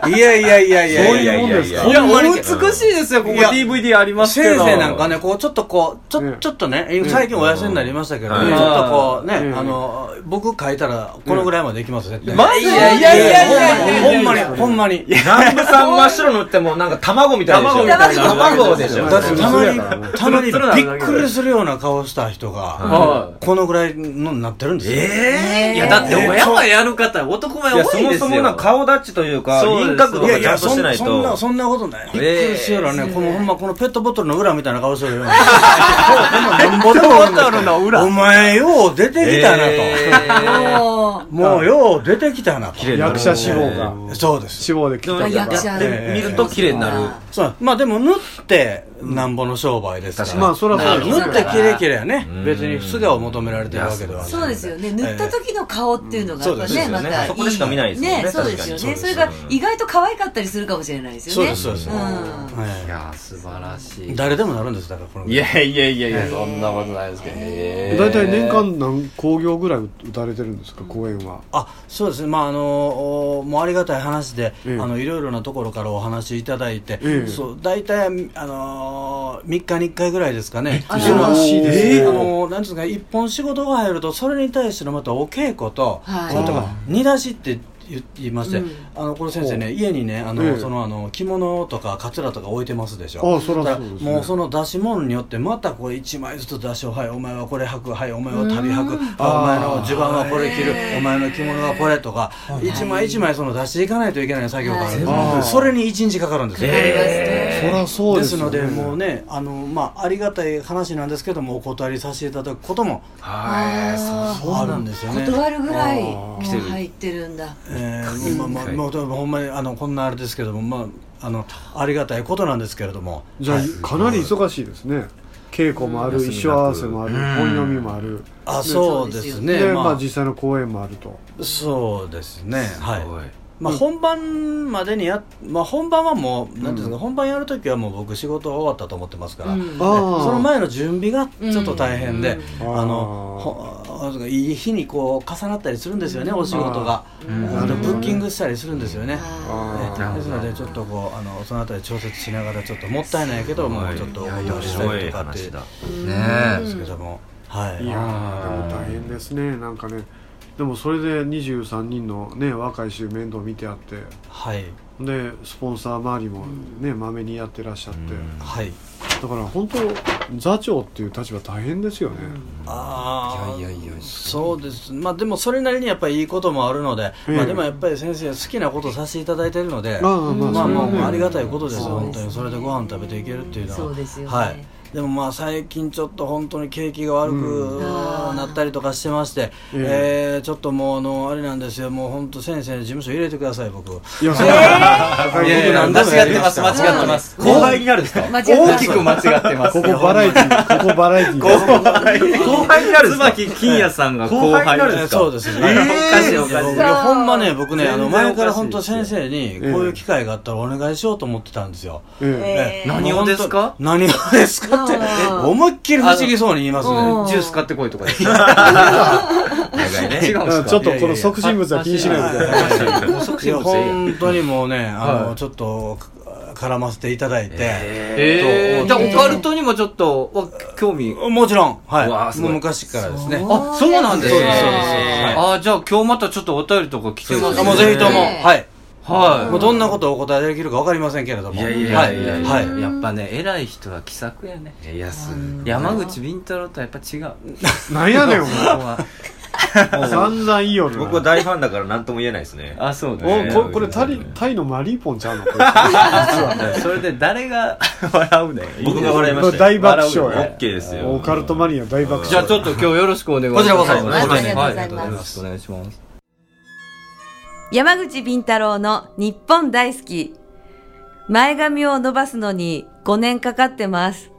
[SPEAKER 7] いやいやいやいや
[SPEAKER 1] そういうもんですか。
[SPEAKER 2] いや、お美しいですよ。ここ ディーブイディー ありますけど。
[SPEAKER 7] 先生なんかね、こう、ちょっとこう、ちょ、ちょっとね、最近お休みになりましたけど、ちょっとこうね、あの、僕書いたら、このぐらいまでいきますよ。
[SPEAKER 2] マジでいやいやいやいや
[SPEAKER 7] ほんまに、ほんまに。
[SPEAKER 4] 南部さん真っ白塗ってもなんか卵みたいでしょ。
[SPEAKER 2] 卵でしょ。
[SPEAKER 7] だってたまに、たまにびっくりするような顔した人が、このぐらいのになってるんですよ。
[SPEAKER 2] ええ。いや、だって親はやる方、男前多いですよ。
[SPEAKER 4] そもそもな顔立ちというか、輪郭とかちゃんとしてないと。
[SPEAKER 7] そんな、そんなことない。びっくりするよね。このほんま、このペットボトルの裏みたいな顔してるよ。ペ
[SPEAKER 2] ットボトルの裏。
[SPEAKER 7] お前、よう出てきたなと。もう、よう出てきたなと。
[SPEAKER 1] 役者志望が。
[SPEAKER 7] そうです。
[SPEAKER 1] 志望で来た。
[SPEAKER 3] 役者
[SPEAKER 2] で見ると綺麗になる。
[SPEAKER 7] そう。まあでも、塗ってなんぼの商売ですから。
[SPEAKER 1] まあ、そらそうです。
[SPEAKER 7] 塗って綺麗綺麗やね。別に素顔を求められてるわけではない。
[SPEAKER 3] そうですよね。塗った時の顔っていうのがやっぱね、またいい。
[SPEAKER 4] そこでしか見ないですよね。
[SPEAKER 3] ね、そうですよね。それが意外と可愛かったりするかもしれないですよね。
[SPEAKER 7] そうです、そうです。
[SPEAKER 2] いや、素晴らしい。
[SPEAKER 7] 誰でもなるんです、だからこの。
[SPEAKER 2] いやいやいやいや、そんなことないですけど。
[SPEAKER 1] 大体年間何興行ぐらい打たれてるんですか、公演は。
[SPEAKER 7] あ、そうですね。まあ、あの、もうありがたい話で、あの、いろいろなところからお話いただいて、そう、大体、あの、みっかにいっかいぐらいですかね。
[SPEAKER 1] 忙しいですね。
[SPEAKER 7] あの、なんですか、一本仕事が入ると、それに対してのまたお稽古と、それとか、煮出しって、言いまして、うん、あのこの先生ね、家にね、あの、ええ、そのあの着物とかカツラとか置いてますでしょ。
[SPEAKER 1] ああ、そらそうですね。
[SPEAKER 7] もうその出し物によってまたこれいちまいずつ出しを、はい、お前はこれ履く、はい、お前は旅履く、あ、お前の襦袢はこれ着る、お前の着物はこれとか、一枚一枚その出していかないといけない作業があるんです。それに一日かかるんですよ。
[SPEAKER 1] えー、そらそうです
[SPEAKER 7] よね。ですので、もうね、あの、まあ、ありがたい話なんですけども、お断りさせていただくこともあるんですよね。
[SPEAKER 3] 断るぐらい入ってるんだ。
[SPEAKER 7] えー、まあまあ、もうほんまにあのこんなあれですけども、まあ、あのありがたいことなんですけれども、
[SPEAKER 1] じゃあ、はい、かなり忙しいですね。稽古もある、衣装合わせもある、本読みもある。
[SPEAKER 7] あ、そうですね。
[SPEAKER 1] で、まあ実際の公演もあると。
[SPEAKER 7] そうですね。はい。まあ、本番までにや、まあ、本番はもう、なんていうんですか、本番やるときはもう僕仕事終わったと思ってますから、うん、その前の準備がちょっと大変で、うん、あのいい日にこう重なったりするんですよね、お仕事が。あのブッキングしたりするんですよね。ですのでちょっとこうあのそのあたり調節しながら、ちょっともったいないけどもうちょっとお断りしたりとかってねですけども、はい。
[SPEAKER 1] いやでも大変ですね、なんかね。でもそれでにじゅうさんにんの、ね、若い衆面倒見てあって、
[SPEAKER 7] はい、で
[SPEAKER 1] スポンサー周りもね、まめにやってらっしゃって、
[SPEAKER 7] はい、
[SPEAKER 1] だから本当座長っていう立場大変ですよね。
[SPEAKER 7] ああ、いやいやいや、そうです。まあでもそれなりにやっぱりいいこともあるので、えー、まあでもやっぱり先生好きなことをさせていただいているので、まあまあもうありがたいことですよ、本当に。それでご飯食べていけるっていうのは、
[SPEAKER 3] そうですよね。
[SPEAKER 7] はい。でもまあ最近ちょっと本当に景気が悪くなったりとかしてまして、うん、えー、ちょっともうあのあれなんですよ、もう本当先生の事務所入れてください、僕。いや、
[SPEAKER 2] いや間違ってます、間違ってます。後輩になるんですか？大きく間違ってます。
[SPEAKER 1] ここバラエティー、ここバラエティー。
[SPEAKER 2] 後輩になるんですか？椿金也さんが後輩になるんですか？
[SPEAKER 7] そうですね。おかしいおかしい。いやほんまね、僕ね、あの前から本当先生にこういう機会があったらお願いしようと思ってたんですよ。
[SPEAKER 2] 何をですか？
[SPEAKER 7] 何をですか？思いっきり不思議そうに言いますね。
[SPEAKER 2] ジュース買ってこいとかですか？
[SPEAKER 1] 違うんですか？ちょっとこの促進物は気にしないでください。
[SPEAKER 7] いや本当にもうね、あのちょっと絡ませていただいて、
[SPEAKER 2] えー、じゃあオカルトにもちょっと興味、
[SPEAKER 7] もちろん、はい、もう昔からですね。
[SPEAKER 2] あ、そうなんですね。あ、じゃあ今日またちょっとお便りとか来てます。
[SPEAKER 7] もうぜひとも、はい。
[SPEAKER 2] はい。
[SPEAKER 7] もうどんなことをお答えできるかわかりませんけれども。
[SPEAKER 2] いやいやいやいや、はい、やっぱね、偉い人は気さくやね。いや、山口敏太郎とはやっぱ違う。
[SPEAKER 1] なんやねん、お前。散々いいよ。
[SPEAKER 4] 僕は大ファンだから何とも言えないですね。
[SPEAKER 2] あ、そうね。
[SPEAKER 1] お、これタイ、タイのマリーポンちゃうの？
[SPEAKER 2] それで誰が笑うねん。
[SPEAKER 4] 僕が笑いました。
[SPEAKER 1] 大爆笑や。
[SPEAKER 4] オッケーですよ。
[SPEAKER 1] オカルトマニア大爆笑。
[SPEAKER 2] じゃあちょっと今日よろしくお願いします。
[SPEAKER 7] こちらこそ。
[SPEAKER 3] ありがとうございます。
[SPEAKER 2] よろしくお願いします。
[SPEAKER 3] 山口敏太郎の日本大好き。前髪を伸ばすのにごねんかかってます。